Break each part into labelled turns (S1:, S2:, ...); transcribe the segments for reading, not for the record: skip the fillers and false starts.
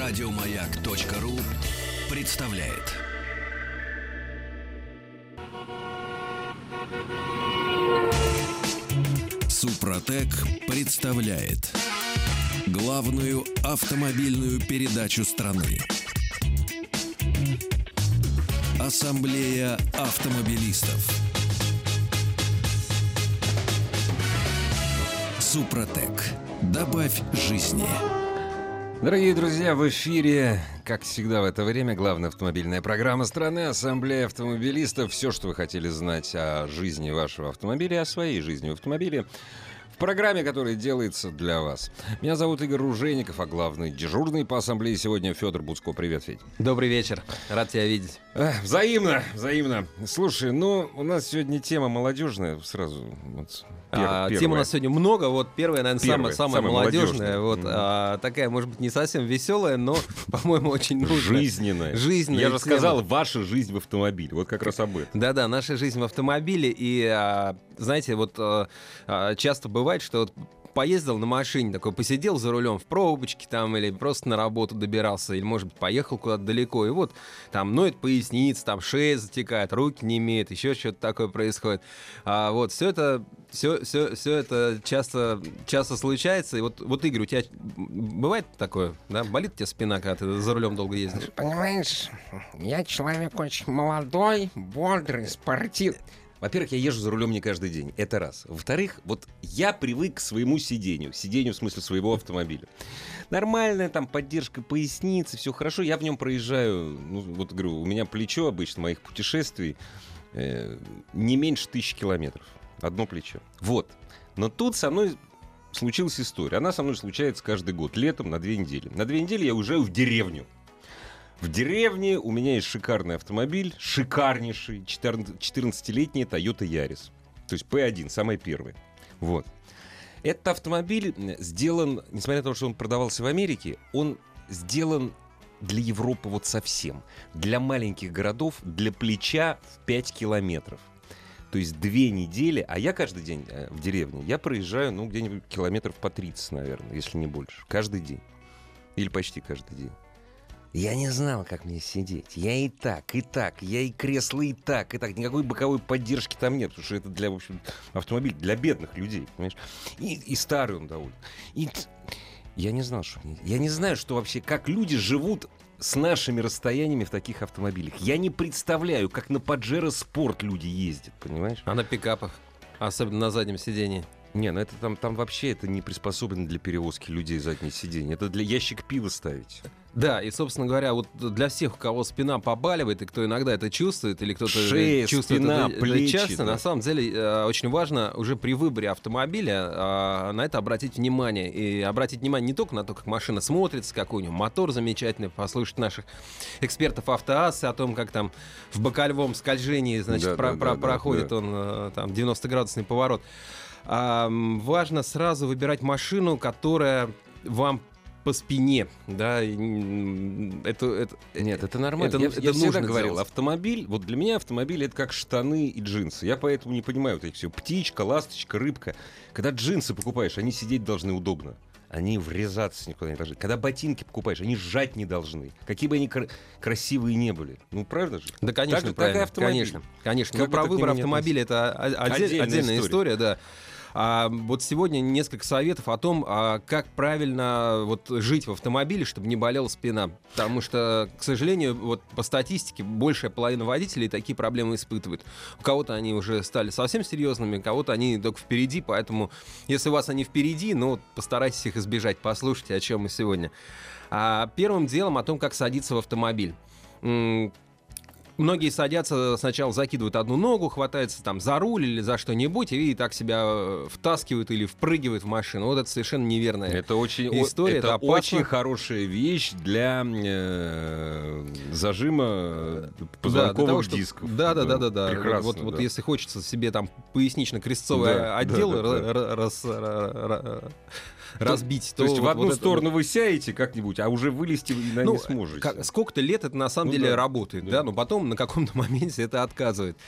S1: Радиомаяк.ру представляет. Супротек представляет главную автомобильную передачу страны. Ассамблея автомобилистов. Супротек. Добавь жизни.
S2: Дорогие друзья, в эфире, как всегда в это время, главная автомобильная программа страны «Ассамблея автомобилистов». Все, что вы хотели знать о жизни вашего автомобиля, о своей жизни в автомобиле, в программе, которая делается для вас. Меня зовут Игорь Ружейников, а главный дежурный по ассамблее сегодня Федор Буцко. Привет, Федь.
S3: Добрый вечер. Рад тебя видеть.
S2: Взаимно. Слушай, у нас сегодня тема молодежная сразу.
S3: Тем у нас сегодня много. Вот первая, наверное, самая молодежная. Вот, такая, может быть, не совсем веселая, но, по-моему, очень нужная.
S2: Жизненная.
S3: Я
S2: же сказал, ваша жизнь в автомобиле. Вот как раз об этом.
S3: Да-да, наша жизнь в автомобиле. И, знаете, вот часто бывает, что вот поездил на машине, такой посидел за рулем в пробочке там, или просто на работу добирался, или, может быть, поехал куда-то далеко, и вот там ноет поясница, там шея затекает, руки не имеет, еще что-то такое происходит. Вот все это часто случается. И вот, Игорь, у тебя бывает такое, да? Болит у тебя спина, когда ты за рулем долго ездишь?
S4: Понимаешь, я человек очень молодой, бодрый, спортивный.
S2: Во-первых, я езжу за рулем не каждый день. Это раз. Во-вторых, вот я привык к своему сидению. Сидению в смысле своего автомобиля. Нормальная там поддержка поясницы, все хорошо. Я в нем проезжаю, вот говорю, у меня плечо обычно моих путешествий не меньше 1000 километров. Одно плечо. Вот. Но тут со мной случилась история. Она со мной случается каждый год. Летом на 2 недели. На 2 недели я уезжаю в деревню. В деревне у меня есть шикарный автомобиль, шикарнейший, 14-летний Toyota Yaris. То есть P1, самый первый. Вот. Этот автомобиль сделан, несмотря на то, что он продавался в Америке, он сделан для Европы вот совсем. Для маленьких городов, для плеча в 5 километров. То есть 2 недели, а я каждый день в деревне, я проезжаю, где-нибудь километров по 30, наверное, если не больше. Каждый день. Или почти каждый день. Я не знал, как мне сидеть. Я и так, я и кресло и так. Никакой боковой поддержки там нет, потому что это для, в общем, автомобиль для бедных людей, понимаешь? И старый он довольно. И я не знал, что мне... Я не знаю, что вообще, как люди живут с нашими расстояниями в таких автомобилях. Я не представляю, как на Pajero Sport люди ездят, понимаешь?
S3: А на пикапах, особенно на заднем сидении.
S2: Не, это там вообще это не приспособлено для перевозки людей заднее сиденье. Это для ящик пива ставить.
S3: Да, и, собственно говоря, вот для всех, у кого спина побаливает, и кто иногда это чувствует, или кто-то
S2: шея,
S3: чувствует
S2: спина,
S3: это
S2: плечи,
S3: часто,
S2: да.
S3: На самом деле очень важно уже при выборе автомобиля на это обратить внимание. И обратить внимание не только на то, как машина смотрится, какой у нее мотор замечательный, послушать наших экспертов автоассы о том, как там в боковом скольжении, значит, проходит он там 90-градусный поворот. Важно сразу выбирать машину, которая вам по спине, да,
S2: Нет, это нормально. Я всегда говорил, автомобиль, вот для меня автомобиль это как штаны и джинсы. Я поэтому не понимаю вот этих все. Птичка, ласточка, рыбка. Когда джинсы покупаешь, они сидеть должны удобно. Они врезаться никуда не должны. Когда ботинки покупаешь, они сжать не должны. Какие бы они красивые не были. Правда же?
S3: Да, конечно, правильно. Конечно. Но про выбор автомобиля это отдельная история, да. Вот сегодня несколько советов о том, как правильно жить в автомобиле, чтобы не болела спина. Потому что, к сожалению, по статистике большая половина водителей такие проблемы испытывают. У кого-то они уже стали совсем серьезными, у кого-то они только впереди. Поэтому, если у вас они впереди, постарайтесь их избежать. Послушайте, о чем мы сегодня. Первым делом о том, как садиться в автомобиль. Многие садятся, сначала закидывают одну ногу, хватаются там за руль или за что-нибудь, и так себя втаскивают или впрыгивают в машину. Вот это совершенно неверная история.
S2: Это очень хорошая вещь для зажима позвонковых дисков.
S3: Да.
S2: Прекрасно.
S3: Вот если хочется себе там пояснично-крестцовый отдел разбить.
S2: То есть в одну сторону вы сядете как-нибудь, а уже вылезти не сможете.
S3: Сколько-то лет это на самом деле работает, да, но потом на каком-то моменте это отказывает.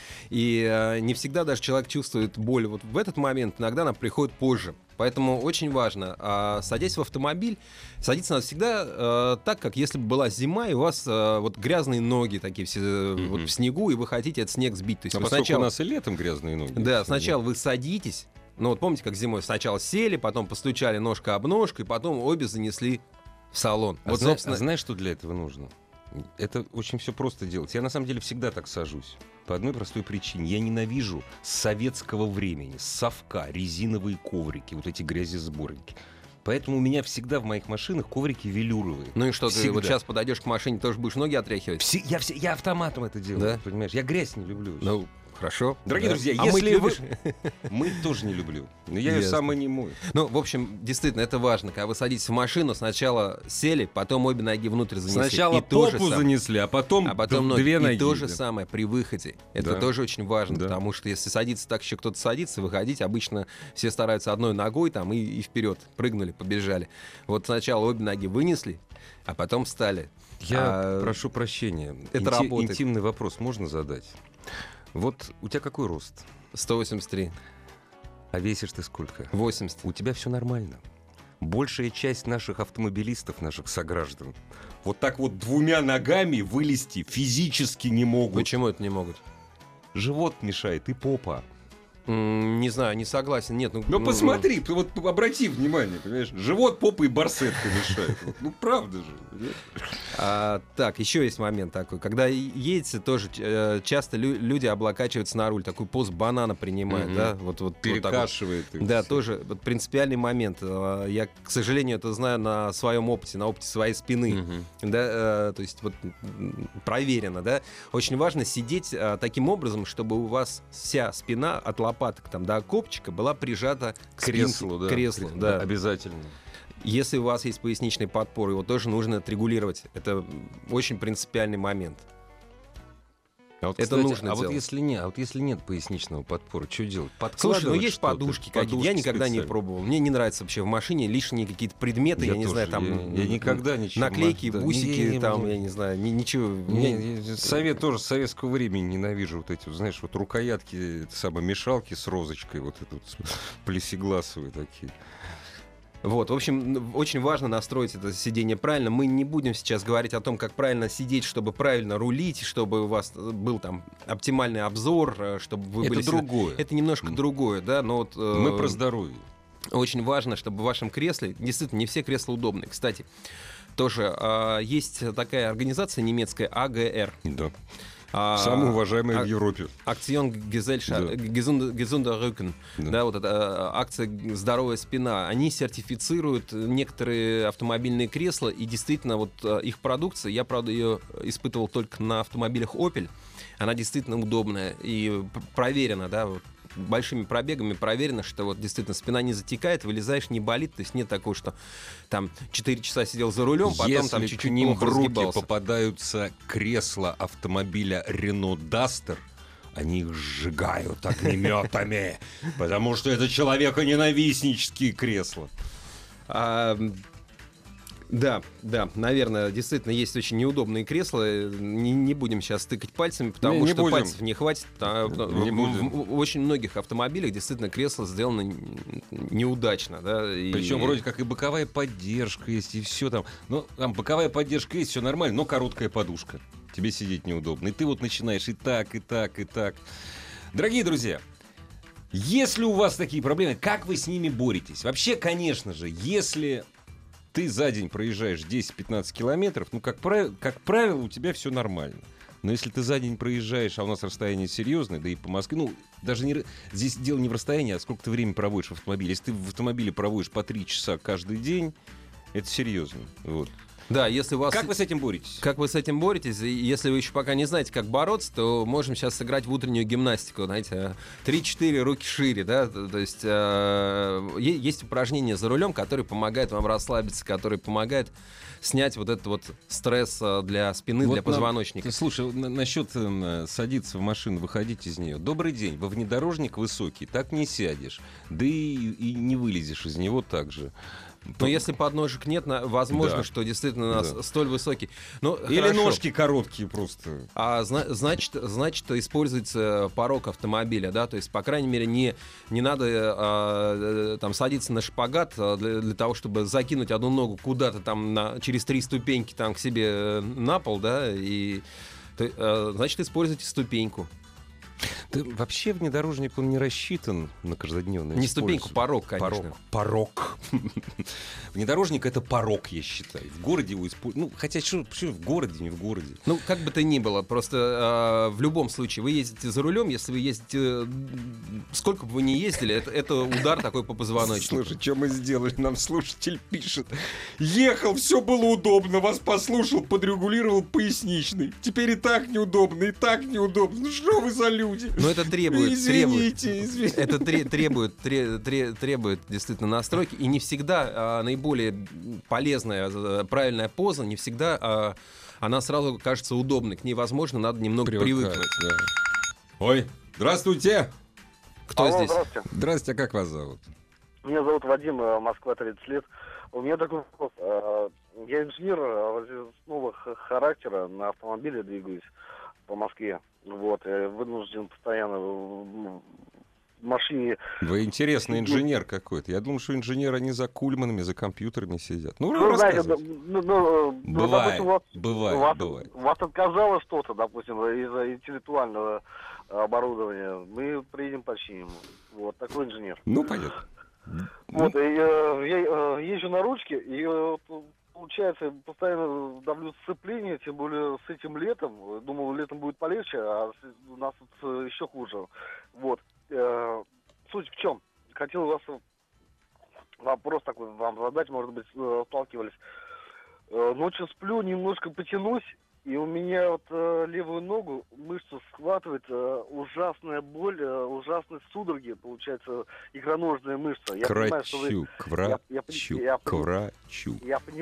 S3: И не всегда даже человек чувствует боль вот в этот момент, иногда она приходит позже. Поэтому очень важно, садясь в автомобиль, садиться надо всегда так, как если бы была зима, и у вас вот грязные ноги такие все вот в снегу, и вы хотите этот снег сбить. То есть
S2: поскольку сначала... у нас и летом грязные ноги.
S3: Да, сначала вы садитесь, ну вот помните, как зимой сначала сели, потом постучали ножка об ножку, и потом обе занесли в салон.
S2: Вот, собственно... знаешь, что для этого нужно? Это очень все просто делать. Я на самом деле всегда так сажусь. По одной простой причине. Я ненавижу с советского времени, с совка, резиновые коврики, вот эти грязесборники. Поэтому у меня всегда в моих машинах коврики велюровые.
S3: Ну и что,
S2: всегда.
S3: Ты вот сейчас подойдешь к машине, тоже будешь ноги отряхивать?
S2: Я автоматом это делаю,
S3: да?
S2: Понимаешь? Я грязь не люблю.
S3: Ну, хорошо.
S2: Дорогие друзья, если вы... Мы тоже не люблю. Но я ее сам и не мою.
S3: Ну, в общем, действительно, это важно. Когда вы садитесь в машину, сначала сели, потом обе ноги внутрь занесли.
S2: Сначала попу занесли, а потом
S3: ноги.
S2: Две ноги.
S3: И то же самое при выходе. Это тоже очень важно, потому что если садиться так, еще кто-то садится, выходить, обычно все стараются одной ногой там и вперед. Прыгнули, побежали. Вот сначала обе ноги вынесли, а потом встали.
S2: Я прошу прощения.
S3: Это работает.
S2: Интимный вопрос можно задать? Вот у тебя какой рост?
S3: 183.
S2: А весишь ты сколько?
S3: 80.
S2: У тебя все нормально. Большая часть наших автомобилистов, наших сограждан, вот так вот двумя ногами вылезти физически не могут.
S3: Почему это не могут?
S2: Живот мешает и попа.
S3: Не знаю, не согласен. Нет,
S2: ну посмотри, вот обрати внимание, понимаешь? Живот, попа и барсетка мешают. Ну правда же.
S3: Так, еще есть момент такой. Когда едете, тоже часто люди облокачиваются на руль, такой поз банана принимают, да? Вот
S2: перекашивает.
S3: Вот да, тоже вот принципиальный момент. Я, к сожалению, это знаю на своем опыте, на опыте своей спины. Да, то есть вот проверено, да? Очень важно сидеть таким образом, чтобы у вас вся спина от лопаток там до копчика была прижата к
S2: креслу,
S3: креслу, да.
S2: Обязательно.
S3: Если у вас есть поясничный подпор, его тоже нужно отрегулировать. Это очень принципиальный момент.
S2: Это, кстати, нужно делать. Вот если нет поясничного подпора, что делать?
S3: Слушай, ну есть подушки какие-то. Я никогда не пробовал. Мне не нравится вообще в машине лишние какие-то предметы. Я не знаю, там
S2: я никогда ничего.
S3: Наклейки, бусики, там, я не знаю, ничего.
S2: Совет тоже с советского времени ненавижу вот эти, знаешь, вот рукоятки, мешалки с розочкой, вот это вот плексигласовые такие.
S3: Вот, в общем, очень важно настроить это сиденье правильно. Мы не будем сейчас говорить о том, как правильно сидеть, чтобы правильно рулить, чтобы у вас был там оптимальный обзор, чтобы вы
S2: это
S3: были...
S2: другое.
S3: Это немножко другое, да, но вот...
S2: Мы про здоровье.
S3: Очень важно, чтобы в вашем кресле... Действительно, не все кресла удобны. Кстати, тоже есть такая организация немецкая АГР.
S2: Да. Самый уважаемый в Европе.
S3: Акцион Gesunder Rücken. Да, вот эта акция «Здоровая спина». Они сертифицируют некоторые автомобильные кресла, и действительно вот их продукция, я, правда, ее испытывал только на автомобилях Opel, она действительно удобная и проверена, да, вот, большими пробегами проверено, что вот действительно спина не затекает, вылезаешь, не болит, то есть нет такого, что там 4 часа сидел за рулем, потом
S2: если
S3: там чуть-чуть
S2: к ним в руки
S3: разгибался.
S2: Попадаются кресла автомобиля Renault Duster, они их сжигают огнеметами, потому что это человеконенавистнические кресла.
S3: Да, наверное, действительно есть очень неудобные кресла. Не будем сейчас тыкать пальцами, потому что пальцев не хватит. В очень многих автомобилях действительно кресло сделано неудачно. Да,
S2: причем вроде как и боковая поддержка есть, и все там. Ну, там боковая поддержка есть, все нормально, но короткая подушка. Тебе сидеть неудобно. И ты вот начинаешь и так, и так, и так. Дорогие друзья, если у вас такие проблемы, как вы с ними боретесь? Вообще, конечно же, если... ты за день проезжаешь 10-15 километров, ну, как правило, у тебя все нормально. Но если ты за день проезжаешь, а у нас расстояние серьезное, да и по Москве, ну, даже здесь дело не в расстоянии, а сколько ты времени проводишь в автомобиле. Если ты в автомобиле проводишь по 3 часа каждый день, это серьезно. Вот.
S3: Да, если у вас...
S2: Как вы с этим боретесь?
S3: Как вы с этим боретесь? Если вы еще пока не знаете, как бороться, то можем сейчас сыграть в утреннюю гимнастику, знаете, 3-4, руки шире, да, то есть есть упражнения за рулем, которые помогают вам расслабиться, которые помогают снять вот этот вот стресс для спины, вот для позвоночника.
S2: Слушай, насчет садиться в машину, выходить из нее. Добрый день, во внедорожник высокий, так не сядешь, да и не вылезешь из него так же.
S3: Но если подножек нет, возможно, что действительно действительно столь высокий. Но,
S2: или
S3: хорошо.
S2: ножки короткие просто.
S3: Значит, используется порог автомобиля, да, то есть, по крайней мере, не надо там садиться на шпагат для того, чтобы закинуть одну ногу куда-то там через 3 ступеньки там к себе на пол, да, и значит, используйте ступеньку.
S2: Да, вообще внедорожник, он не рассчитан на каждодневное
S3: Не
S2: использование.
S3: ступеньку, порог, конечно.
S2: Порог. Внедорожник — это порог, я считаю. В городе его используют. Ну, хотя что в городе, не в городе.
S3: Ну, как бы то ни было, просто в любом случае, вы ездите за рулем, если вы ездите, сколько бы вы ни ездили, это удар такой по позвоночнику.
S2: Слушай, что мы сделали? Нам слушатель пишет. Ехал, все было удобно, вас послушал, подрегулировал пояснительный. Теперь и так неудобно, и так неудобно. Ну что вы за люди?
S3: Но это требует,
S2: извините.
S3: Это требует действительно настройки, и не всегда наиболее полезная, правильная поза, не всегда она сразу кажется удобной. К ней, возможно, надо немного привыкнуть.
S2: Да. Ой, здравствуйте.
S3: Кто
S5: Алло,
S3: здесь?
S5: Здравствуйте.
S2: Здрасте, а как вас зовут?
S5: Меня зовут Вадим, Москва, 30 лет. У меня такой вопрос. Я инженер нового характера, на автомобиле двигаюсь по Москве. Вот, я вынужден постоянно в машине...
S2: Вы интересный инженер какой-то. Я думаю, что инженеры, они за кульманами, за компьютерами сидят. Ну,
S5: Ну, знаете,
S2: бывает,
S5: допустим,
S2: бывает.
S5: вас отказало что-то, допустим, из-за интеллектуального оборудования. Мы приедем, починим. Вот, такой инженер.
S2: Ну, понятно.
S5: Вот, я езжу на ручке, и получается, постоянно давлю сцепление, тем более с этим летом. Думал, летом будет полегче, а у нас тут еще хуже. Вот. Суть в чем? Хотел вас вопрос такой вам задать, может быть, сталкивались. Ночью сплю, немножко потянусь, и у меня вот левую ногу, мышцу схватывает ужасная боль, ужасные судороги, получается, икроножная мышца. Я понимаю, что вы...
S2: к врачу.
S5: Я понимаю.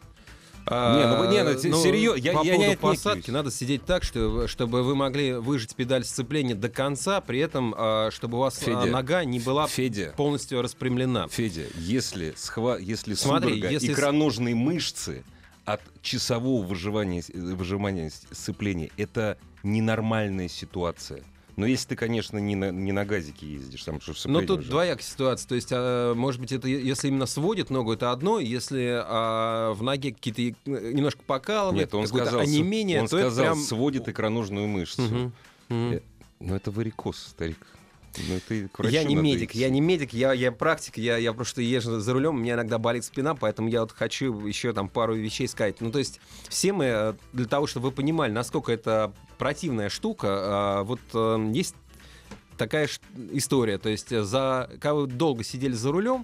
S2: Серьезно,
S3: по поводу посадки надо сидеть так, чтобы вы могли выжать педаль сцепления до конца, при этом, чтобы у вас нога не была полностью распрямлена.
S2: Федя, если судорога икроножной мышцы от часового выжимания сцепления, это ненормальная ситуация. Но если ты, конечно, не на газике ездишь, там что
S3: Но тут двоякая ситуация. То есть, может быть, это если именно сводит ногу, это одно. Если в ноге какие-то немножко покалывает, какое-то онемение,
S2: он
S3: то
S2: сказал,
S3: это прям...
S2: сводит икроножную мышцу. Но это варикоз, старик.
S3: Я не медик, я практик, я просто езжу за рулем, у меня иногда болит спина, поэтому я вот хочу еще там пару вещей сказать. Ну, то есть все мы, для того, чтобы вы понимали, насколько это противная штука, есть такая история, то есть когда вы долго сидели за рулем,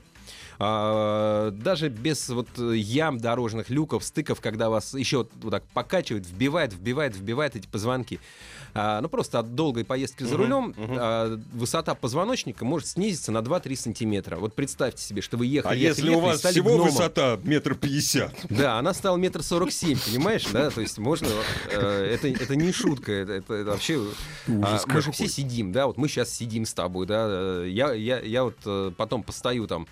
S3: даже без ям дорожных, люков, стыков, когда вас еще вот так покачивает, вбивает эти позвонки. Просто от долгой поездки за рулем высота позвоночника может снизиться на 2-3 сантиметра. Вот представьте себе, что вы ехали.
S2: А если у вас всего гномом. Высота 1,50 м?
S3: Да, она стала 1,47 м, понимаешь? Да, то есть можно... Это не шутка, это вообще... Мы же все сидим, да, вот мы сейчас сидим с тобой, да. Я вот потом постою там,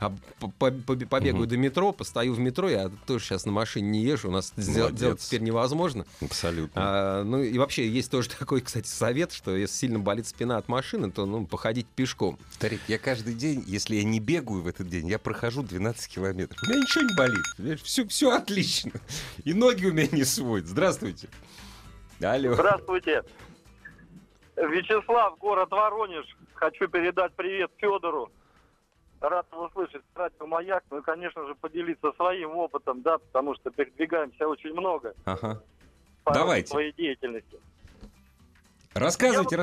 S3: побегаю до метро, постою в метро, я тоже сейчас на машине не езжу, у нас делать теперь невозможно.
S2: Абсолютно.
S3: Ну и вообще есть тоже такой, кстати, совет, что если сильно болит спина от машины, то походить пешком.
S2: Старик, я каждый день, если я не бегаю в этот день, я прохожу 12 километров. У меня ничего не болит. Все отлично. И ноги у меня не сводят. Здравствуйте. Алло.
S6: Здравствуйте. Вячеслав, город Воронеж. Хочу передать привет Федору. Рад услышать радио «Маяк». Ну и, конечно же, поделиться своим опытом, да, потому что передвигаемся очень много.
S2: Ага.
S6: По
S2: Давайте.
S6: своей деятельности.
S2: Рассказывайте.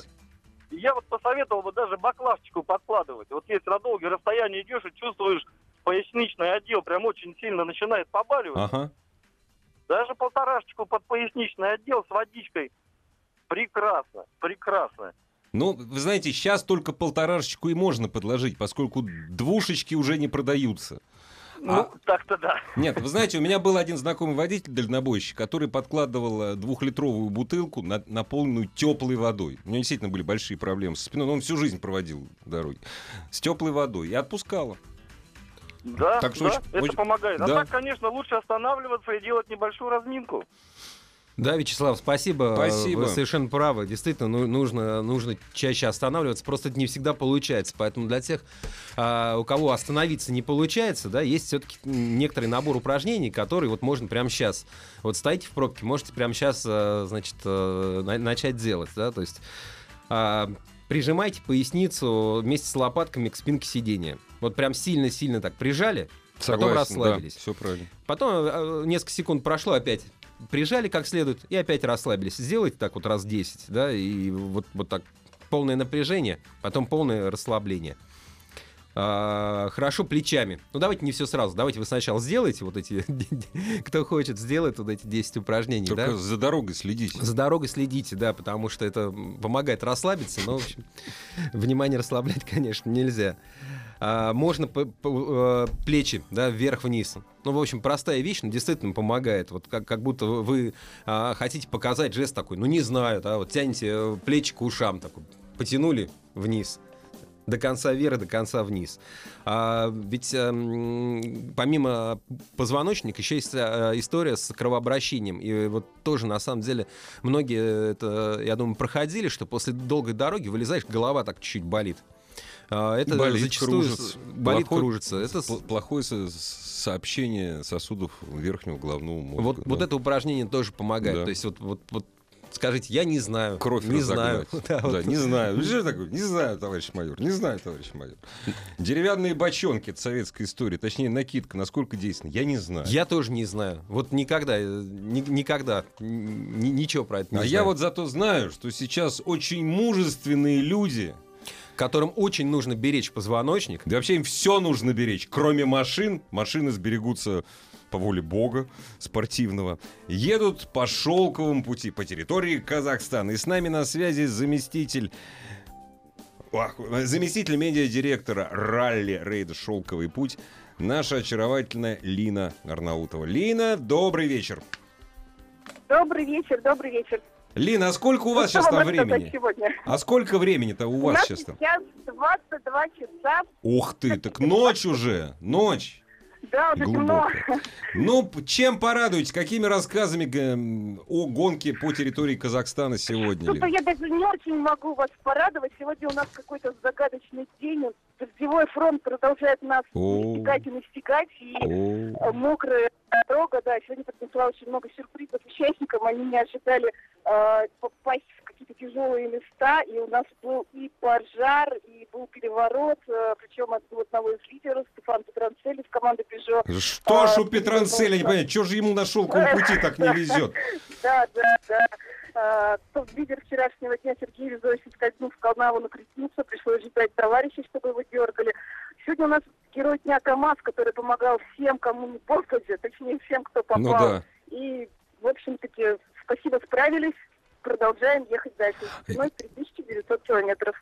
S6: Я вот посоветовал бы даже баклажечку подкладывать. Вот если на долгие расстояния идешь и чувствуешь, поясничный отдел прям очень сильно начинает побаливать.
S2: Ага.
S6: Даже 1,5-шечку под поясничный отдел с водичкой. Прекрасно.
S2: Ну, вы знаете, сейчас только 1,5-шечку и можно подложить, поскольку 2-шечки уже не продаются.
S6: Так-то да.
S2: Нет, вы знаете, у меня был один знакомый водитель-дальнобойщик, который подкладывал 2-литровую бутылку, наполненную теплой водой. У него действительно были большие проблемы со спиной, но он всю жизнь проводил дороги. С теплой водой. И отпускало.
S6: Да,
S2: Так что
S6: да, это помогает. А
S2: да.
S6: так, конечно, лучше останавливаться и делать небольшую разминку.
S3: Да, Вячеслав, спасибо.
S2: Спасибо.
S3: Вы совершенно правы. Действительно, нужно чаще останавливаться. Просто это не всегда получается. Поэтому для тех, у кого остановиться не получается, да, есть все-таки некоторый набор упражнений, которые вот можно прямо сейчас. Вот стоите в пробке, можете прямо сейчас, начать делать. Да? То есть прижимайте поясницу вместе с лопатками к спинке сидения. Вот прям сильно-сильно так прижали, потом расслабились.
S2: Да, все правильно.
S3: Потом несколько секунд прошло, опять прижали как следует и опять расслабились. Сделайте так вот раз 10, да, и вот так полное напряжение, потом полное расслабление. Хорошо плечами. Ну, давайте не все сразу. Давайте вы сначала сделаете вот эти, кто хочет, сделает вот эти 10 упражнений.
S2: Только
S3: да?
S2: за дорогой следите.
S3: За дорогой следите, да, потому что это помогает расслабиться, но, в общем, внимание расслаблять, конечно, нельзя. Можно плечи, да, вверх-вниз. Ну, в общем, простая вещь, но действительно помогает. Вот как будто вы хотите показать жест такой, ну, не знаю, да, вот тянете плечи к ушам, такой, потянули вниз. До конца вверх, до конца вниз. Ведь помимо позвоночника еще есть история с кровообращением. И вот тоже, на самом деле, многие это, я думаю, проходили, что после долгой дороги вылезаешь, голова так чуть-чуть болит. Это
S2: болит,
S3: зачастую болит, кружится.
S2: Это плохое сообщение сосудов верхнего головного мозга.
S3: Вот это упражнение тоже помогает.
S2: Да.
S3: То есть вот скажите, я не знаю.
S2: Кровь
S3: не знаю.
S2: Да, не знаю. Что такое? Не знаю, товарищ майор. Не знаю, товарищ майор. Деревянные бочонки — это советская история. Точнее, накидка. Насколько действенна? Я не знаю.
S3: Я тоже не знаю. Вот никогда ничего про это не знаю.
S2: А я вот зато знаю, что сейчас очень мужественные люди,
S3: которым очень нужно беречь позвоночник.
S2: да вообще им все нужно беречь, кроме машин. Машины сберегутся по воле Бога спортивного, едут по шелковому пути по территории Казахстана. И с нами на связи заместитель медиадиректора ралли-рейда «Шелковый путь», наша очаровательная Лина Арнаутова. Лина, добрый вечер.
S7: Добрый вечер, добрый вечер.
S2: Лина, а сколько у вас сейчас там времени? А сколько времени-то у вас сейчас там?
S7: Сейчас 22 часа.
S2: Ух ты, так ночь уже, ночь.
S7: Да, уже темно.
S2: Ну, чем порадуете? Какими рассказами о гонке по территории Казахстана сегодня?
S7: Что-то я даже не очень могу вас порадовать. Сегодня у нас какой-то загадочный день. Дождевой фронт продолжает нас настигать и настигать. И мокрая дорога, да, сегодня принесла очень много сюрпризов участникам. Они не ожидали попасть в какие-то тяжелые места. И у нас был и пожар, и был переворот. Причем от одного из лидеров, Стефан Петранцели из команды Peugeot.
S2: Что ж у Петранцеля, не понятно, что же ему на шелковом пути так не везет?
S7: Да. Топ-лидер вчерашнего дня Сергей Везович, скользнув в канаву, накрестился, пришлось ждать товарищей, чтобы его дергали. Сегодня у нас герой дня КамАЗ, который помогал всем, кому не попадет, точнее всем, кто попал.
S2: Ну да.
S7: И, в общем-таки, спасибо, справились. Продолжаем ехать дальше. Длиной 3900 километров.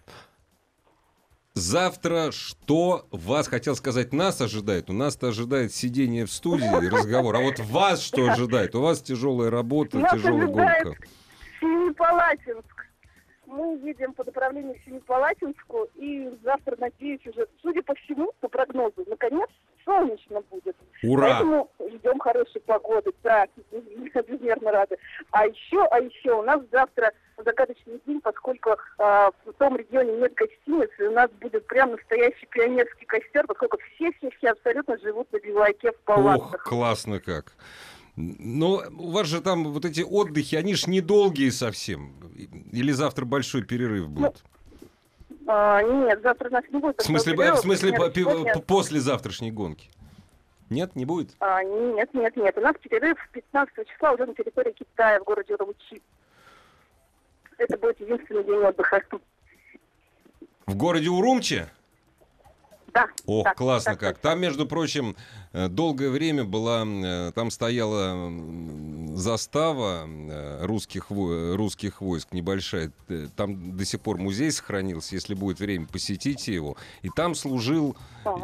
S2: Завтра что вас, хотел сказать, нас ожидает? У нас-то ожидает сидение в студии и разговор. А вот вас что ожидает? У вас тяжелая работа, тяжелая гонка.
S7: Семипалатинск. Мы едем по направлению к Семипалатинску, и завтра, надеюсь, уже, судя по всему, по прогнозу, наконец солнечно будет.
S2: Ура!
S7: Поэтому ждем хорошей погоды, да, безмерно рады. А еще у нас завтра загадочный день, поскольку в том регионе нет гостиниц, и у нас будет прям настоящий пионерский костер, поскольку все абсолютно живут на биваке в палатках.
S2: Ох, классно как. Но у вас же там вот эти отдыхи, они ж недолгие совсем. Или завтра большой перерыв будет?
S7: Нет, завтра у нас не будет.
S2: В смысле после завтрашней гонки? Нет, не будет?
S7: Нет. У нас перерыв 15 числа уже на территории Китая, в городе Урумчи. Это будет единственный день отдыха.
S2: В городе Урумчи?
S7: Да.
S2: Ох,
S7: да,
S2: классно
S7: так,
S2: как. Там, между прочим, долгое время там стояла застава русских войск небольшая. Там до сих пор музей сохранился. Если будет время, посетите его. И там служил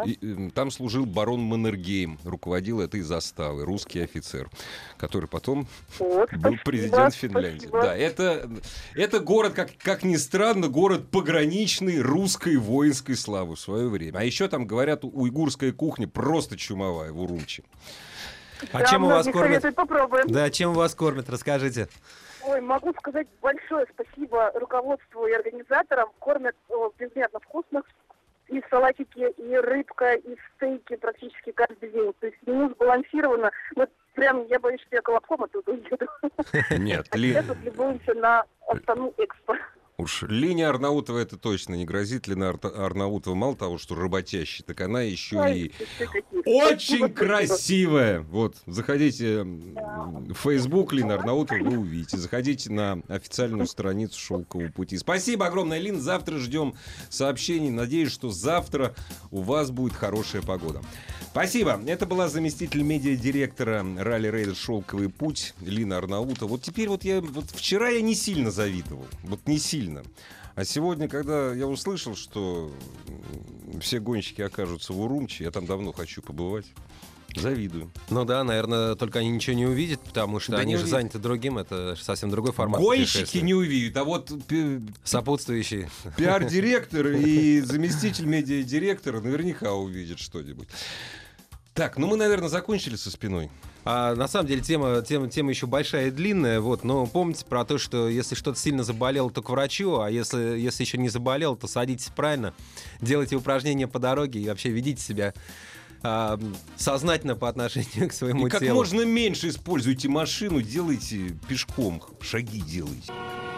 S2: барон Маннергейм, руководил этой заставой, русский офицер, который потом был президент Финляндии. Да, это город, как ни странно, город пограничный русской воинской славы в свое время. А еще там, говорят, уйгурская кухня просто чумовая в Урумчи.
S3: А чем вас кормят?
S7: Попробуем.
S3: Да, чем вас кормят? Расскажите.
S7: Ой, могу сказать большое спасибо руководству и организаторам. Кормят безмерно вкусно. И салатики, и рыбка, и стейки практически каждый день. То есть меню сбалансировано. Вот прям, я боюсь, что я колобком оттуда уеду.
S2: Нет,
S7: я тут любуемся на Астану Экспо.
S2: Уж Лине Арнаутова это точно не грозит. Лина Арнаутова мало того, что работящая, так она еще и очень красивая. Вот, заходите в Facebook Лина Арнаутова, вы увидите. Заходите на официальную страницу «Шелкового пути». Спасибо огромное, Лин. Завтра ждем сообщений. Надеюсь, что завтра у вас будет хорошая погода. Спасибо. Это была заместитель медиадиректора ралли-рейда «Шелковый путь» Лина Арнаутова. Вот теперь вчера я не сильно завидовал. Вот не сильно. А сегодня, когда я услышал, что все гонщики окажутся в Урумчи, я там давно хочу побывать, завидую.
S3: Ну да, наверное, только они ничего не увидят, потому что они же заняты другим, это совсем другой формат.
S2: Гонщики не увидят, а вот
S3: сопутствующие.
S2: Пиар-директор и заместитель медиадиректора наверняка увидят что-нибудь. Так, мы, наверное, закончили со спиной.
S3: На самом деле тема еще большая и длинная, но помните про то, что если что-то сильно заболело, то к врачу, а если еще не заболел, то садитесь правильно, делайте упражнения по дороге и вообще ведите себя сознательно по отношению к своему телу.
S2: И как можно меньше используйте машину, делайте пешком, шаги делайте.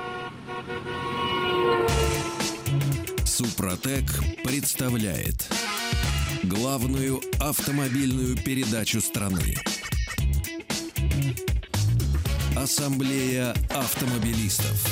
S1: Супротек представляет главную автомобильную передачу страны. Ассамблея автомобилистов.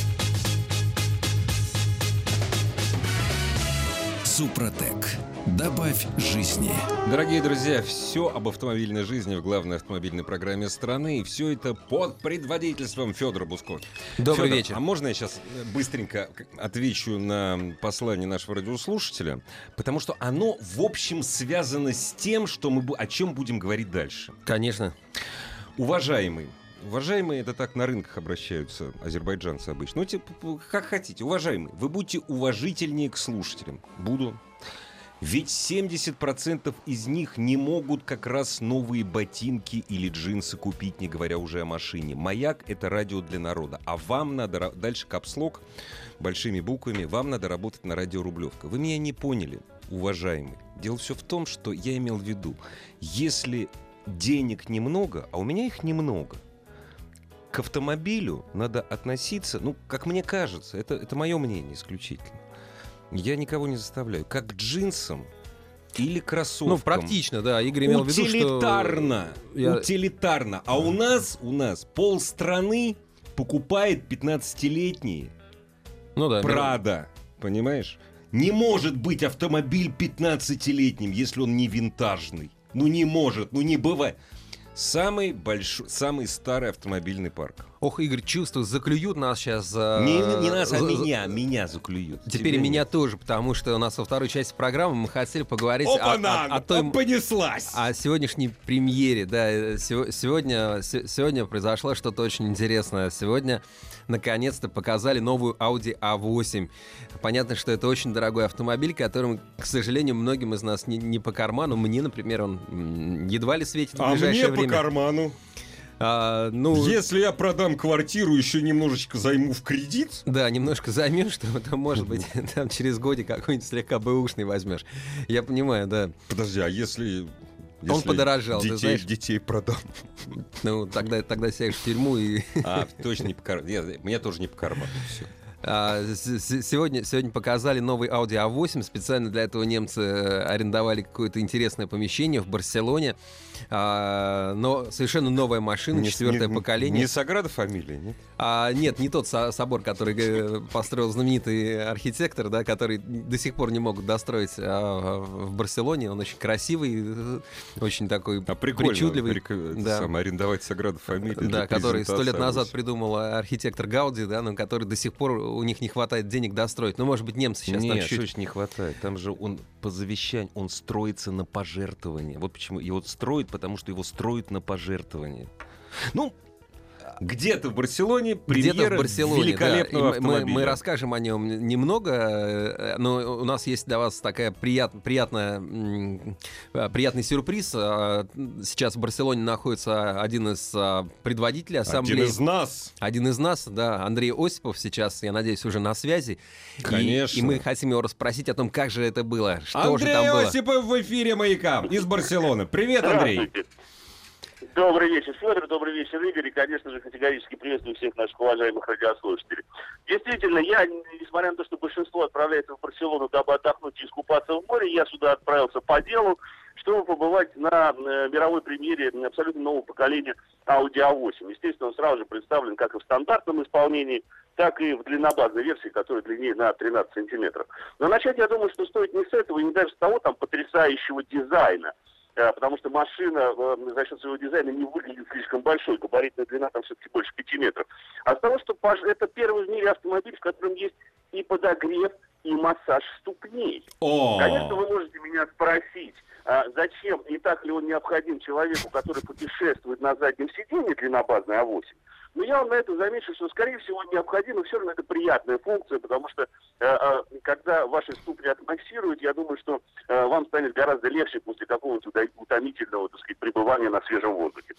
S1: Супротек. Добавь жизни.
S2: Дорогие друзья, все об автомобильной жизни в главной автомобильной программе страны. И все это под предводительством Федора Буско.
S3: Добрый вечер.
S2: А можно я сейчас быстренько отвечу на послание нашего радиослушателя? Потому что оно, в общем, связано с тем, о чем будем говорить дальше.
S3: Конечно.
S2: Уважаемые, это так на рынках обращаются азербайджанцы обычно. Как хотите. Уважаемые, вы будьте уважительнее к слушателям. Буду. Ведь 70% из них не могут как раз новые ботинки или джинсы купить, не говоря уже о машине. «Маяк» — это радио для народа. А вам надо, дальше капслок, большими буквами, вам надо работать на радио «Рублевка». Вы меня не поняли, уважаемые. Дело все в том, что я имел в виду. Если денег немного, а у меня их немного, к автомобилю надо относиться, как мне кажется, это мое мнение исключительно. Я никого не заставляю. Как к джинсам или кроссовкам.
S3: Практично, да. Игорь имел в виду, что...
S2: Утилитарно. А у нас полстраны покупает 15-летние Прада. Понимаешь? Не может быть автомобиль 15-летним, если он не винтажный. Не может, не бывает. Самый старый автомобильный парк.
S3: Ох, Игорь, чувствую, заклюют нас сейчас.
S2: Не нас, а меня заклюют.
S3: Теперь и меня тоже, потому что у нас во второй части программы мы хотели поговорить о той...
S2: понеслась!
S3: О сегодняшней премьере, да. Сегодня произошло что-то очень интересное. Сегодня наконец-то показали новую Audi A8. Понятно, что это очень дорогой автомобиль, которым, к сожалению, многим из нас не по карману. Мне, например, он едва ли светит в ближайшее время.
S2: По карману. Если я продам квартиру, еще немножечко займу в кредит.
S3: Да, немножко займешь, что может быть, там через годик какой-нибудь слегка бэушный возьмешь. Я понимаю, да.
S2: Подожди, а если
S3: он подорожал, ты знаешь?
S2: Детей продам.
S3: Тогда сядешь в тюрьму и...
S2: Точно не по карману. Мне тоже не по карману. Все.
S3: Сегодня показали новый Audi A8. Специально для этого немцы арендовали какое-то интересное помещение в Барселоне. Но совершенно новая машина, четвертое поколение.
S2: Не Саграда фамилия, нет?
S3: Нет, не тот собор, который построил знаменитый архитектор, да, который до сих пор не могут достроить в Барселоне. Он очень красивый, очень такой причудливый.
S2: Да. Арендовать Саграду фамилию.
S3: Да, который 100 лет назад придумал архитектор Гауди, да, но который до сих пор у них не хватает денег достроить. Ну, может быть, немцы сейчас там чуть-чуть...
S2: Нет, не хватает. Там же он по завещанию, он строится на пожертвования. Вот почему его строят, потому что его строят на пожертвования. Ну, где-то в Барселоне премьера великолепного автомобиля.
S3: Мы расскажем о нем немного, но у нас есть для вас такая приятный сюрприз. Сейчас в Барселоне находится один из предводителей ассамблеи. Один из нас, да, Андрей Осипов сейчас, я надеюсь, уже на связи.
S2: Конечно.
S3: И мы хотим его расспросить о том, как же это было, что
S2: Андрей
S3: же там было.
S2: Осипов в эфире «Маяка» из Барселоны. Привет, Андрей.
S8: Добрый вечер, Федор, добрый вечер, Игорь, и, конечно же, категорически приветствую всех наших уважаемых радиослушателей. Действительно, я, несмотря на то, что большинство отправляется в Барселону, дабы отдохнуть и искупаться в море, я сюда отправился по делу, чтобы побывать на мировой премьере абсолютно нового поколения Audi A8. Естественно, он сразу же представлен как и в стандартном исполнении, так и в длиннобазной версии, которая длиннее на 13 сантиметров. Но начать, я думаю, что стоит не с этого и не даже с того там потрясающего дизайна. Потому что машина за счет своего дизайна не выглядит слишком большой, габаритная длина там все-таки больше 5 метров. А с того, что это первый в мире автомобиль, в котором есть и подогрев, и массаж ступней. Конечно, вы можете меня спросить, зачем и так ли он необходим человеку, который путешествует на заднем сиденье длиннобазной А8. Но я вам на это замечу, что, скорее всего, необходимо, все равно это приятная функция, потому что, когда ваши ступни отмассируют, я думаю, что вам станет гораздо легче после какого-нибудь утомительного, так сказать, пребывания на свежем воздухе.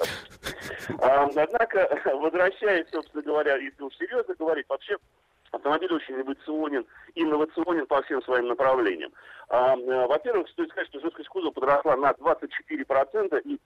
S8: Однако, возвращаясь, собственно говоря, если уж серьезно говорить, вообще автомобиль очень инновационен по всем своим направлениям. Во-первых, стоит сказать, что жесткость кузова подросла на 24%, и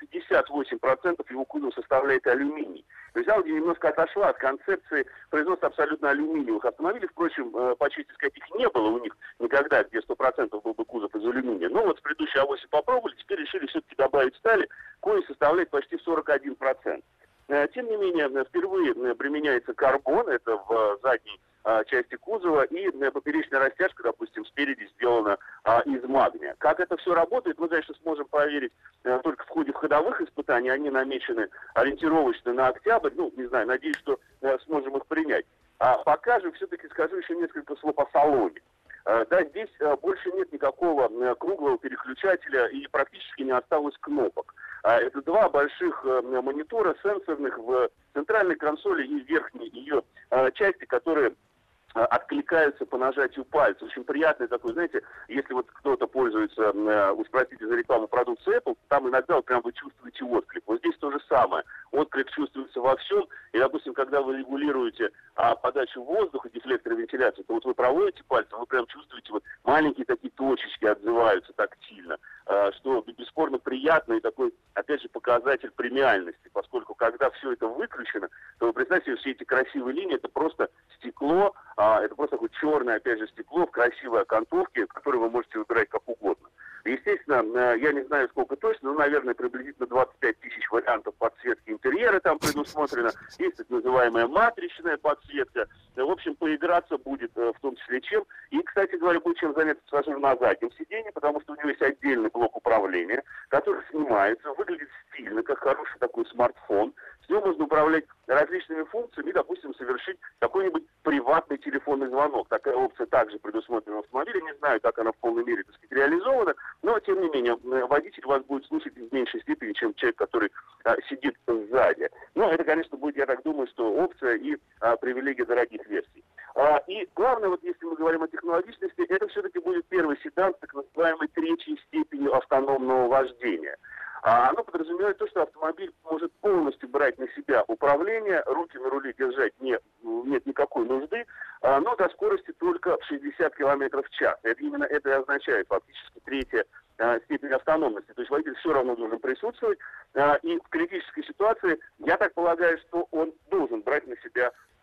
S8: 58% его кузов составляет алюминий. То есть Audi немножко отошла от концепции производства абсолютно алюминиевых автомобилей. Впрочем, по чести сказать, их не было у них никогда, где 100% был бы кузов из алюминия. Но вот с предыдущей А8 попробовали, теперь решили все-таки добавить стали, кое составляет почти 41%. Тем не менее, впервые применяется карбон, это в задней части кузова, и поперечная растяжка, допустим, спереди сделана из магния. Как это все работает, мы, конечно, сможем проверить только в ходе ходовых испытаний. Они намечены ориентировочно на октябрь. Ну, не знаю, надеюсь, что сможем их принять. А пока же все-таки скажу еще несколько слов о салоне. Да, здесь больше нет никакого круглого переключателя и практически не осталось кнопок. Это два больших монитора сенсорных в центральной консоли и верхней ее части, которые откликаются по нажатию пальца. Очень приятный такой, знаете, если вот кто-то пользуется, уж простите за рекламу, продукции Apple, там иногда вот прям вы чувствуете отклик. Вот здесь то же самое. Отклик чувствуется во всем. И, допустим, когда вы регулируете подачу воздуха, дефлектор вентиляции, то вот вы проводите пальцем, вы прям чувствуете, вот маленькие такие точечки отзываются тактильно, что бесспорно приятно и такой, опять же, показатель премиальности, поскольку когда все это выключено, то вы представьте себе, все эти красивые линии, это просто стекло, это просто такое черное, опять же, стекло в красивой окантовке, которое вы можете выбирать как угодно. Естественно, я не знаю, сколько точно, но, наверное, приблизительно 25 тысяч вариантов подсветки интерьера там предусмотрено. Есть так называемая матричная подсветка. В общем, поиграться будет в том числе чем. И, кстати говоря, будет чем заняться пассажир на заднем сиденье, потому что у него есть отдельный блок управления, который снимается, выглядит стильно, как хороший такой смартфон. С ним можно управлять различными функциями и, допустим, совершить какой-нибудь приватный телефонный звонок. Такая опция также предусмотрена в автомобиле. Не знаю, как она в полной мере, так сказать, реализована, но, тем не менее, водитель вас будет слушать в меньшей степени, чем человек, который сидит сзади. Но это, конечно, будет, я так думаю, что опция и привилегия дорогих версий. И главное, вот если мы говорим о технологичности, это все-таки будет первый седан с так называемой третьей степенью автономного вождения. Оно подразумевает то, что автомобиль может полностью брать на себя управление, руки на руле держать нет никакой нужды, но до скорости только 60 км в час. Именно это и означает фактически третья степень автономности. То есть водитель все равно должен присутствовать, и в критической ситуации, я так полагаю, что он должен брать на себя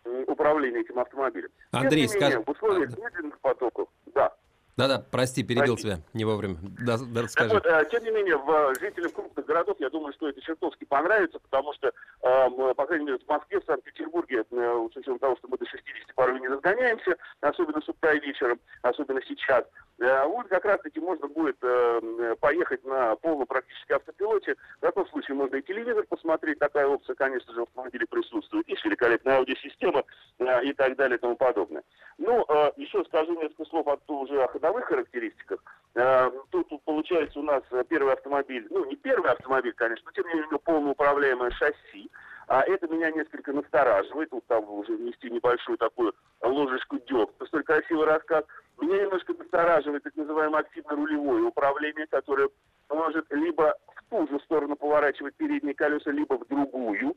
S8: управления этим автомобилем.
S3: Андрей,
S8: скажи... в условиях медленных потоков, да.
S3: Да-да, прости, перебил тебя не вовремя. Да, расскажи.
S8: Так вот, тем не менее, жителям крупных городов, я думаю, что это чертовски понравится, потому что, по крайней мере, в Москве, в Санкт-Петербурге, с учетом того, что мы до 60 порой не разгоняемся, особенно с утра и вечером, особенно сейчас, вот как раз-таки можно будет поехать на полном практически автопилоте. В таком случае можно и телевизор посмотреть, такая опция, конечно же, в автомобиле присутствует, и великолепная аудиосистема и так далее и тому подобное. Ну, еще скажу несколько слов уже о ходовых характеристиках. Тут получается у нас первый автомобиль, ну не первый автомобиль, конечно, но тем не менее полноуправляемое шасси. Это меня несколько настораживает. Тут там уже внести небольшую такую ложечку дегтя. Столь красивый рассказ. Меня немножко настораживает так называемое активно-рулевое управление, которое может либо в ту же сторону поворачивать передние колеса, либо в другую.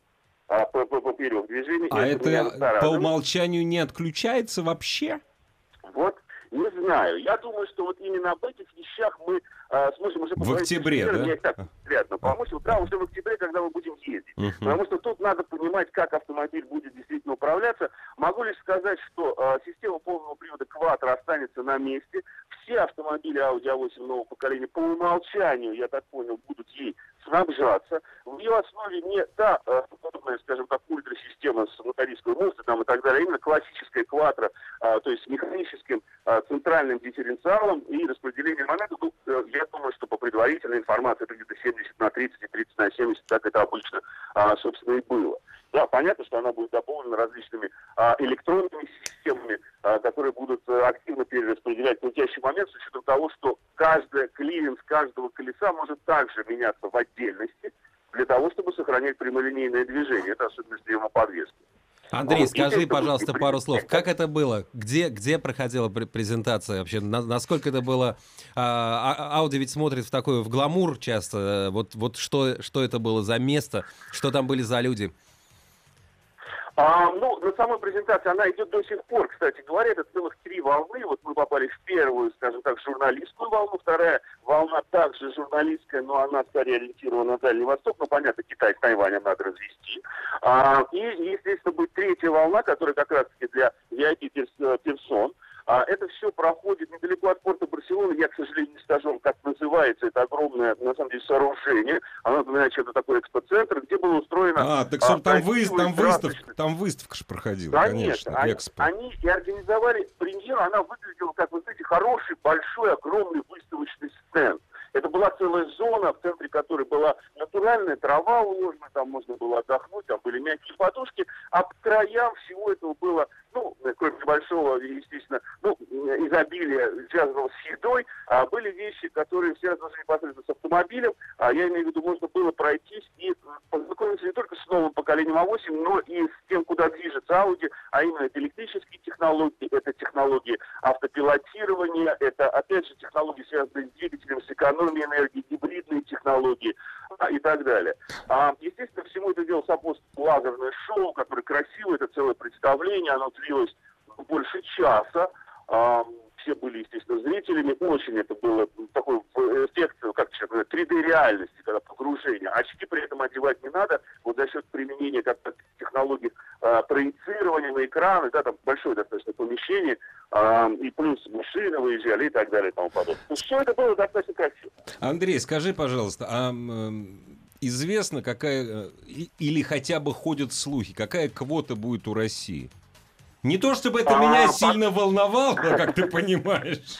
S8: Поперек движения.
S2: А это по умолчанию не отключается вообще?
S8: Вот, не знаю. Я думаю, что вот именно об этих вещах мы сможем уже
S2: поговорить. В октябре, да?
S8: Не так приятно. Потому что да, уже в октябре, когда мы будем ездить. Потому что тут надо понимать, как автомобиль будет действительно управляться. Могу лишь сказать, что система полного привода Quattro останется на месте. Все автомобили Audi A8 нового поколения по умолчанию, я так понял, будут ей снабжаться. В ее основе не та, скажем так, ультрасистема с мотористской мостом там, и так далее, а именно классическая Quattro, то есть с механическим центральным дифференциалом и распределением момента. Я думаю, что по предварительной информации это где-то 70 на 30 и 30 на 70, так это обычно, собственно, и было. Да, понятно, что она будет дополнена различными электронными системами, которые будут активно перераспределять крутящий момент, с учетом того, что клиренс каждого колеса может также меняться в отдельности для того, чтобы сохранять прямолинейное движение. Это особенность взаимоподвески.
S3: Андрей, скажи, пожалуйста, пару слов. Как это было? Где проходила презентация вообще? Насколько это было? Audi ведь смотрит в гламур часто. Вот что это было за место? Что там были за люди?
S8: На самой презентации она идет до сих пор, кстати говоря, это целых 3 волны. Вот мы попали в первую, скажем так, журналистскую волну, вторая волна также журналистская, но она скорее ориентирована на Дальний Восток, но понятно, Китай с Тайванем надо развести. И, естественно, будет третья волна, которая как раз-таки для VIP-персон. Это все проходит недалеко от порта Барселоны. Я, к сожалению, не скажу, как называется это огромное, на самом деле, сооружение. Оно напоминает что-то такое экспоцентр, где было устроено...
S2: там выставка же проходила, конечно.
S8: Они и организовали премьеру. Она выглядела, как, вы знаете, хороший, большой, огромный выставочный стенд. Это была целая зона, в центре которой была натуральная трава уложена, там можно было отдохнуть, там были мягкие подушки, а по краям всего этого было, кроме небольшого, естественно, изобилия, связанного с едой, были вещи, которые связаны непосредственно с автомобилем, я имею в виду, можно было пройтись и познакомиться не только с новым поколением A8, но и с тем, куда движется Audi, а именно это электрические технологии, это технологии автопилотирования, это, опять же, технологии, связанные с двигателем, с экономией энергии, гибридные технологии и так далее. Естественно, всему это дело сопутствовало лазерное шоу, которое красивое, это целое представление, оно длилось больше часа. Все были, естественно, зрителями. Очень это было такой эффект, 3D-реальности, когда погружение. Очки при этом одевать не надо. Вот за счет применения технологий проецирования на экраны, да, там большое достаточно помещение, и плюс машины выезжали и так далее и тому подобное. Все это было достаточно красиво.
S2: Андрей, скажи, пожалуйста, известно, какая, или хотя бы ходят слухи, какая квота будет у России? Не то, чтобы это меня сильно волновало, как ты понимаешь.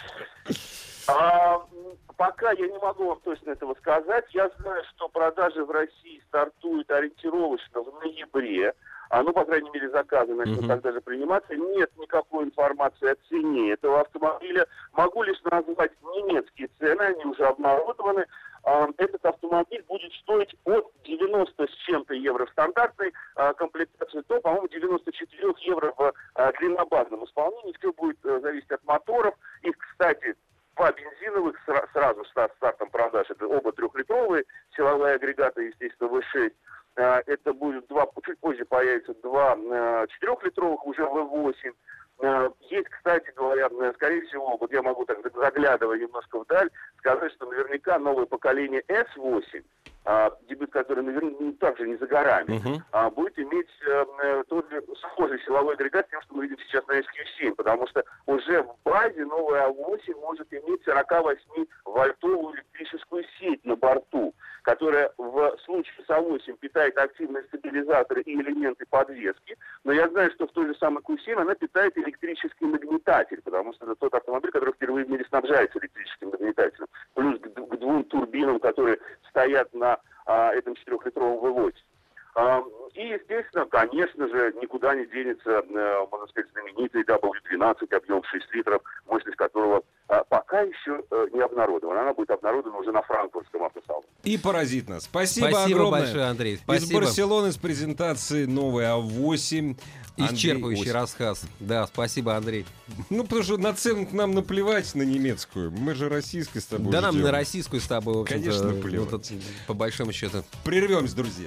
S8: Пока я не могу вам точно этого сказать. Я знаю, что продажи в России стартуют ориентировочно в ноябре. По крайней мере, заказы начнут тогда же приниматься. Нет никакой информации о цене этого автомобиля. Могу лишь назвать немецкие цены, они уже обнародованы. Этот автомобиль будет стоить от 90 с чем-то евро в стандартной комплектации, до, по-моему, 94 евро в длиннобазном исполнении. Все будет зависеть от моторов. Их, кстати, 2 бензиновых сразу с стартом продаж. Это оба 3-литровые, силовые агрегаты, естественно, V6. Это будет чуть позже появится 2 4-литровых, уже V8. Есть, кстати говоря, скорее всего, вот я могу так, заглядывая немножко вдаль, сказать, что наверняка новое поколение S8 дебют, который наверное также не за горами, будет иметь тот же схожий силовой агрегат с тем, что мы видим сейчас на SQ7, потому что уже в базе новая А8 может иметь 48-вольтовую электрическую сеть на борту, которая в случае с А8 питает активные стабилизаторы и элементы подвески, но я знаю, что в той же самой Q7 она питает электрический нагнетатель, потому что это тот автомобиль, который впервые в мире снабжается электрическим нагнетателем, плюс к двум турбинам, которые стоят на этом 4-литровом V8. И, естественно, конечно же, никуда не денется, можно сказать, знаменитый W12, объем 6 литров, мощность которого пока еще не обнародована. Она будет обнародована уже на франкфуртском автосалоне.
S2: И поразит нас. Спасибо огромное.
S3: Большое, Андрей. Спасибо.
S2: Из Барселоны с презентацией новой А8.
S3: Исчерпывающий рассказ. Да, спасибо, Андрей.
S2: Ну, потому что на цену нам наплевать на немецкую. Мы же российской с тобой
S3: Да
S2: ждем.
S3: нам на российскую с тобой, в общем-то,
S2: конечно, наплевать.
S3: вот, по большому счету.
S2: Прервемся, друзья.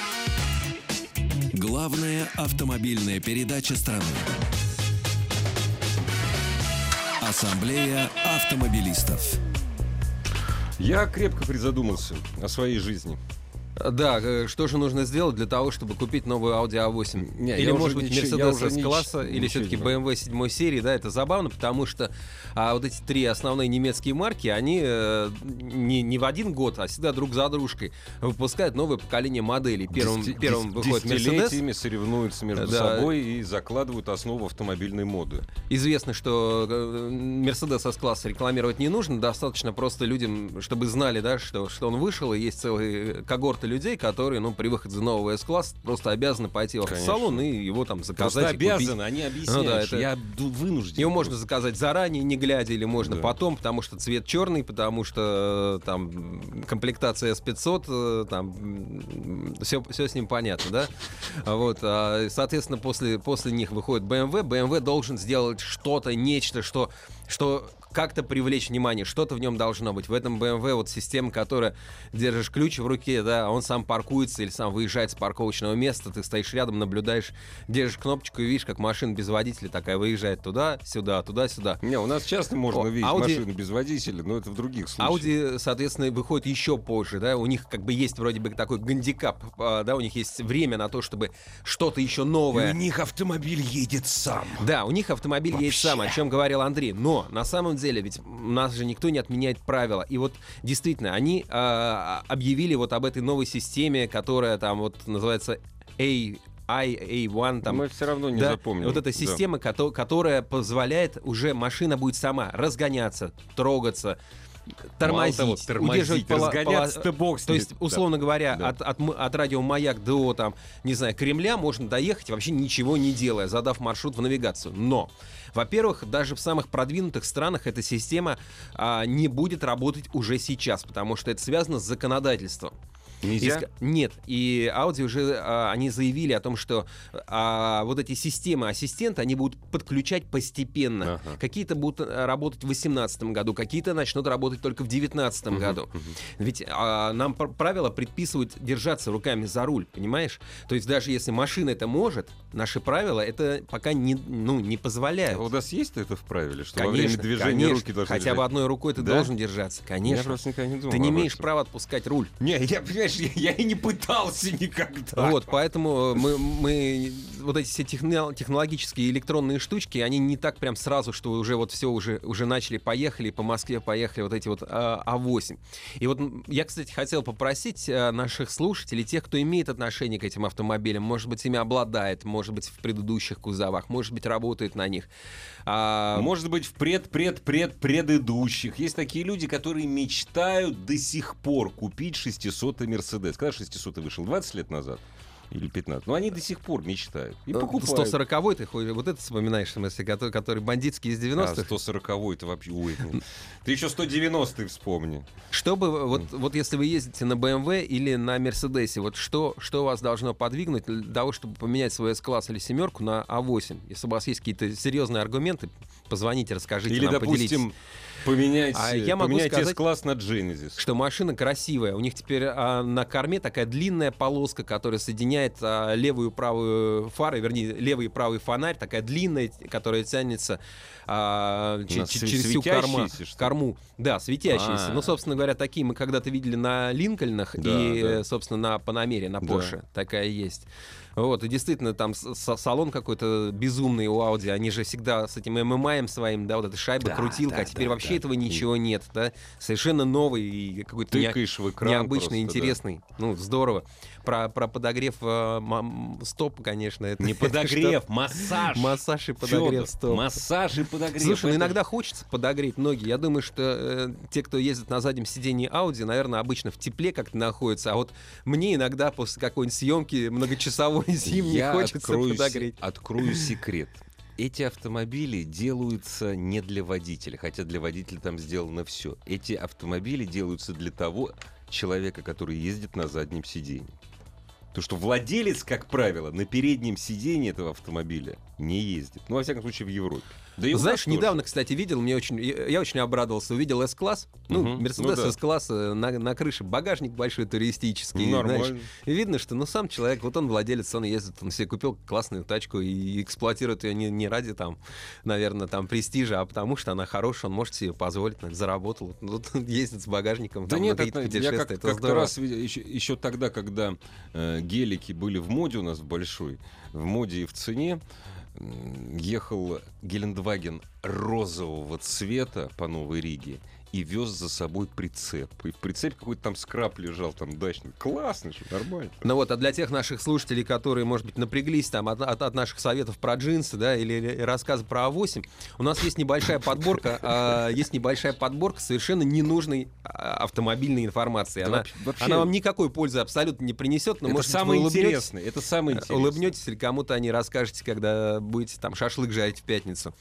S1: Главная автомобильная передача страны. Ассамблея автомобилистов.
S2: Я крепко призадумался о своей жизни.
S3: Да, что же нужно сделать для того, чтобы купить новую Audi A8? Или, может быть, Mercedes S-класса, или все-таки BMW 7 серии, да, это забавно, потому что вот эти три основные немецкие марки, они не в один год, а всегда друг за дружкой выпускают новое поколение моделей. Первым выходит Mercedes.
S2: Десятилетиями соревнуются между собой и закладывают основу автомобильной моды.
S3: Известно, что Mercedes S-класс рекламировать не нужно, достаточно просто людям, чтобы знали, да, что он вышел, и есть целые когорты людей, которые, при выходе нового S-класса просто обязаны пойти в автосалон и его там заказать.
S2: Просто обязаны, они объясняют, что я вынужден.
S3: Его можно заказать заранее, не глядя, или можно потом, потому что цвет черный, потому что там комплектация S500, там все с ним понятно, да? Вот, соответственно, после них выходит BMW. BMW должен сделать что-то, нечто, что как-то привлечь внимание, что-то в нем должно быть. В этом BMW вот система, которая держишь ключ в руке, да, он сам паркуется или сам выезжает с парковочного места, ты стоишь рядом, наблюдаешь, держишь кнопочку и видишь, как машина без водителя такая выезжает туда-сюда, туда-сюда.
S2: Не, у нас часто можно видеть машины без водителя, но это в других случаях.
S3: Audi, соответственно, выходит еще позже, да, у них как бы есть вроде бы такой гандикап, да, у них есть время на то, чтобы что-то еще новое.
S2: И у них автомобиль едет сам.
S3: Да, у них автомобиль едет сам, о чем говорил Андрей, но на самом деле ведь нас же никто не отменяет правила. И вот действительно, они объявили вот об этой новой системе, которая там вот называется A1 там.
S2: Мы все равно не запомним.
S3: Вот эта система, которая позволяет, уже машина будет сама разгоняться, трогаться, тормозить, удерживать
S2: разгоняться бокс.
S3: То есть, условно говоря, от радио Маяк до там, не знаю, Кремля можно доехать вообще ничего не делая, задав маршрут в навигацию. Но, во-первых, даже в самых продвинутых странах эта система не будет работать уже сейчас, потому что это связано с законодательством.
S2: Нельзя?
S3: Нет. И Audi уже они заявили о том, что вот эти системы ассистента, они будут подключать постепенно. Ага. Какие-то будут работать в 2018 году, какие-то начнут работать только в 2019 году. Ведь нам правила предписывают держаться руками за руль, понимаешь? То есть даже если машина это может, наши правила это пока не позволяют.
S2: А у нас есть это в правиле? Что
S3: конечно,
S2: во время движения руки должны
S3: хотя бы одной рукой ты должен держаться. Конечно.
S2: Я просто никогда не думал.
S3: Ты не имеешь права отпускать руль.
S2: Не, я и не пытался никогда.
S3: Вот, поэтому мы вот эти все технологические электронные штучки, они не так прям сразу, что уже вот все уже начали, поехали, по Москве поехали вот эти вот А8. И вот я, кстати, хотел попросить наших слушателей, тех, кто имеет отношение к этим автомобилям, может быть, ими обладает, может быть, в предыдущих кузовах, может быть, работает на них.
S2: Может быть, в предыдущих. Есть такие люди, которые мечтают до сих пор купить 600-й Мерседес. Когда 600-й вышел? 20 лет назад? Или 15. Но они до сих пор мечтают. И покупают.
S3: 140-й ты вот это вспоминаешь, в смысле, который бандитский из 90-х?
S2: 140-й это вообще... Ой, ты еще 190-й вспомни.
S3: Чтобы, вот если вы ездите на BMW или на Мерседесе, вот что вас должно подвигнуть для того, чтобы поменять свой S-класс или семерку на А8? Если у вас есть какие-то серьезные аргументы, позвоните, расскажите
S2: или,
S3: нам, поделитесь.
S2: Допустим, поменять S-класс на Genesis.
S3: Что машина красивая. У них теперь на корме такая длинная полоска, которая соединяет левую и правую фары, вернее, левый и правый фонарь, такая длинная, которая тянется через всю корму. Да, светящиеся. Ну, собственно говоря, такие мы когда-то видели на Линкольнах собственно, на Панамере, на Порше. Такая есть. Вот, и действительно, там салон какой-то безумный у Audi. Они же всегда с этим ММАем своим, да, вот этой шайбой, крутилка, а теперь вообще этого ничего нет, да. Совершенно новый и какой-то необычный, интересный. Ну, здорово. Про подогрев стоп, конечно. Это
S2: не подогрев, массаж.
S3: Массаж и подогрев стоп.
S2: Массаж и подогрев.
S3: Слушай, ну иногда хочется подогреть ноги. Я думаю, что те, кто ездит на заднем сидении Audi, наверное, обычно в тепле как-то находятся. А вот мне иногда после какой-нибудь съемки многочасовой зимней хочется подогреть.
S2: Открою секрет. Эти автомобили делаются не для водителя, хотя для водителя там сделано все. Эти автомобили делаются для того человека, который ездит на заднем сидении. Потому что владелец, как правило, на переднем сидении этого автомобиля не ездит. Ну, во всяком случае, в Европе. Да и
S3: знаешь, недавно, кстати, видел, я очень обрадовался, увидел S-класс, Мерседес S-класс на крыше, багажник большой туристический.
S2: Нормально.
S3: Знаешь, и видно, что сам человек, вот он владелец, он ездит, он себе купил классную тачку и эксплуатирует ее не ради, там, наверное, там, престижа, а потому что она хорошая, он может себе позволить, заработал. Вот ездит с багажником,
S2: да
S3: там,
S2: нет,
S3: на какие-то путешествия.
S2: Я как-то раз, еще тогда, когда гелики были в моде у нас в моде и в цене, ехал Гелендваген розового цвета по Новой Риге и вез за собой прицеп. И в прицепе какой-то там скраб лежал, там дачный. Классный, что нормально.
S3: Ну вот, а для тех наших слушателей, которые, может быть, напряглись там от наших советов про джинсы, да, или рассказы про А8, у нас есть небольшая подборка, совершенно ненужной автомобильной информации. Она вам никакой пользы абсолютно не принесет, но,
S2: это
S3: может
S2: самое
S3: быть,
S2: интересное. Это самое интересное.
S3: Улыбнетесь или кому-то о ней расскажете, когда будете там шашлык жарить в пятницу.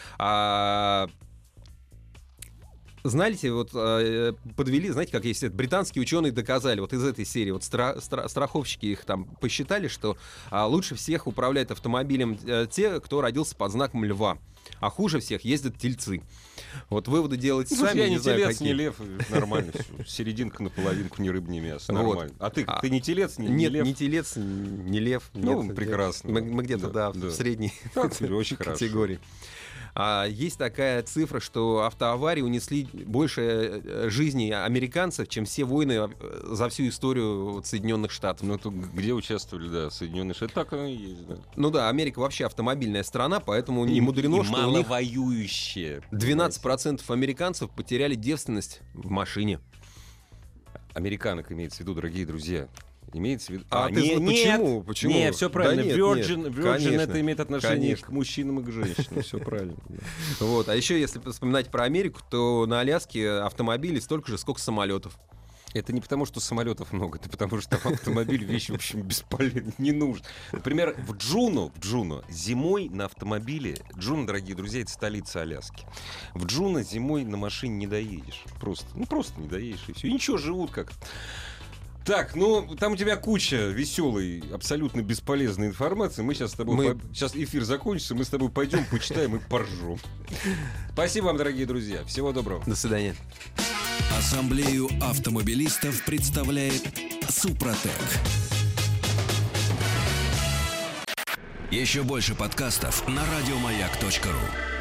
S3: Знаете, вот подвели, знаете, как есть британские ученые доказали, вот из этой серии, вот страховщики их там посчитали, что лучше всех управляют автомобилем те, кто родился под знаком льва, а хуже всех ездят тельцы. Вот выводы делайте сами.
S2: Я не
S3: знаю,
S2: телец,
S3: какие.
S2: не лев, нормально все. Серединка на половинку, ни рыба, ни мясо, нормально.
S3: Вот.
S2: А ты не телец, не
S3: нет,
S2: лев?
S3: Нет, не телец, не лев.
S2: Ну,
S3: нет,
S2: прекрасно.
S3: Мы где-то, в средней
S2: очень
S3: категории. Есть такая цифра, что автоаварии унесли больше жизней американцев, чем все войны за всю историю Соединенных Штатов.
S2: Ну, то где участвовали, да, Соединенные Штаты, так оно и есть, да.
S3: Ну да, Америка вообще автомобильная страна, поэтому не мудрено, что
S2: маловоюющие.
S3: 12% американцев потеряли девственность в машине.
S2: Американок имеется в виду, дорогие друзья. Имеется в виду...
S3: Почему?
S2: Нет, все правильно.
S3: Да
S2: Virgin
S3: конечно,
S2: это имеет отношение
S3: конечно.
S2: к мужчинам и к женщинам. Все правильно.
S3: Вот. А еще, если вспоминать про Америку, то на Аляске автомобилей столько же, сколько самолетов.
S2: Это не потому, что самолетов много, это потому, что автомобиль вещь, в общем, бесполезна, не нужна. Например, в Джуно зимой на автомобиле, Джуно, дорогие друзья, это столица Аляски. В Джуно зимой на машине не доедешь. Просто не доедешь, и все. И ничего, живут как. Так, ну, там у тебя куча веселой, абсолютно бесполезной информации. Мы сейчас с тобой... Сейчас эфир закончится, мы с тобой пойдем, почитаем и поржем. Спасибо вам, дорогие друзья. Всего доброго.
S3: До свидания.
S1: Ассамблею автомобилистов представляет Супротек. Еще больше подкастов на радиомаяк.ру.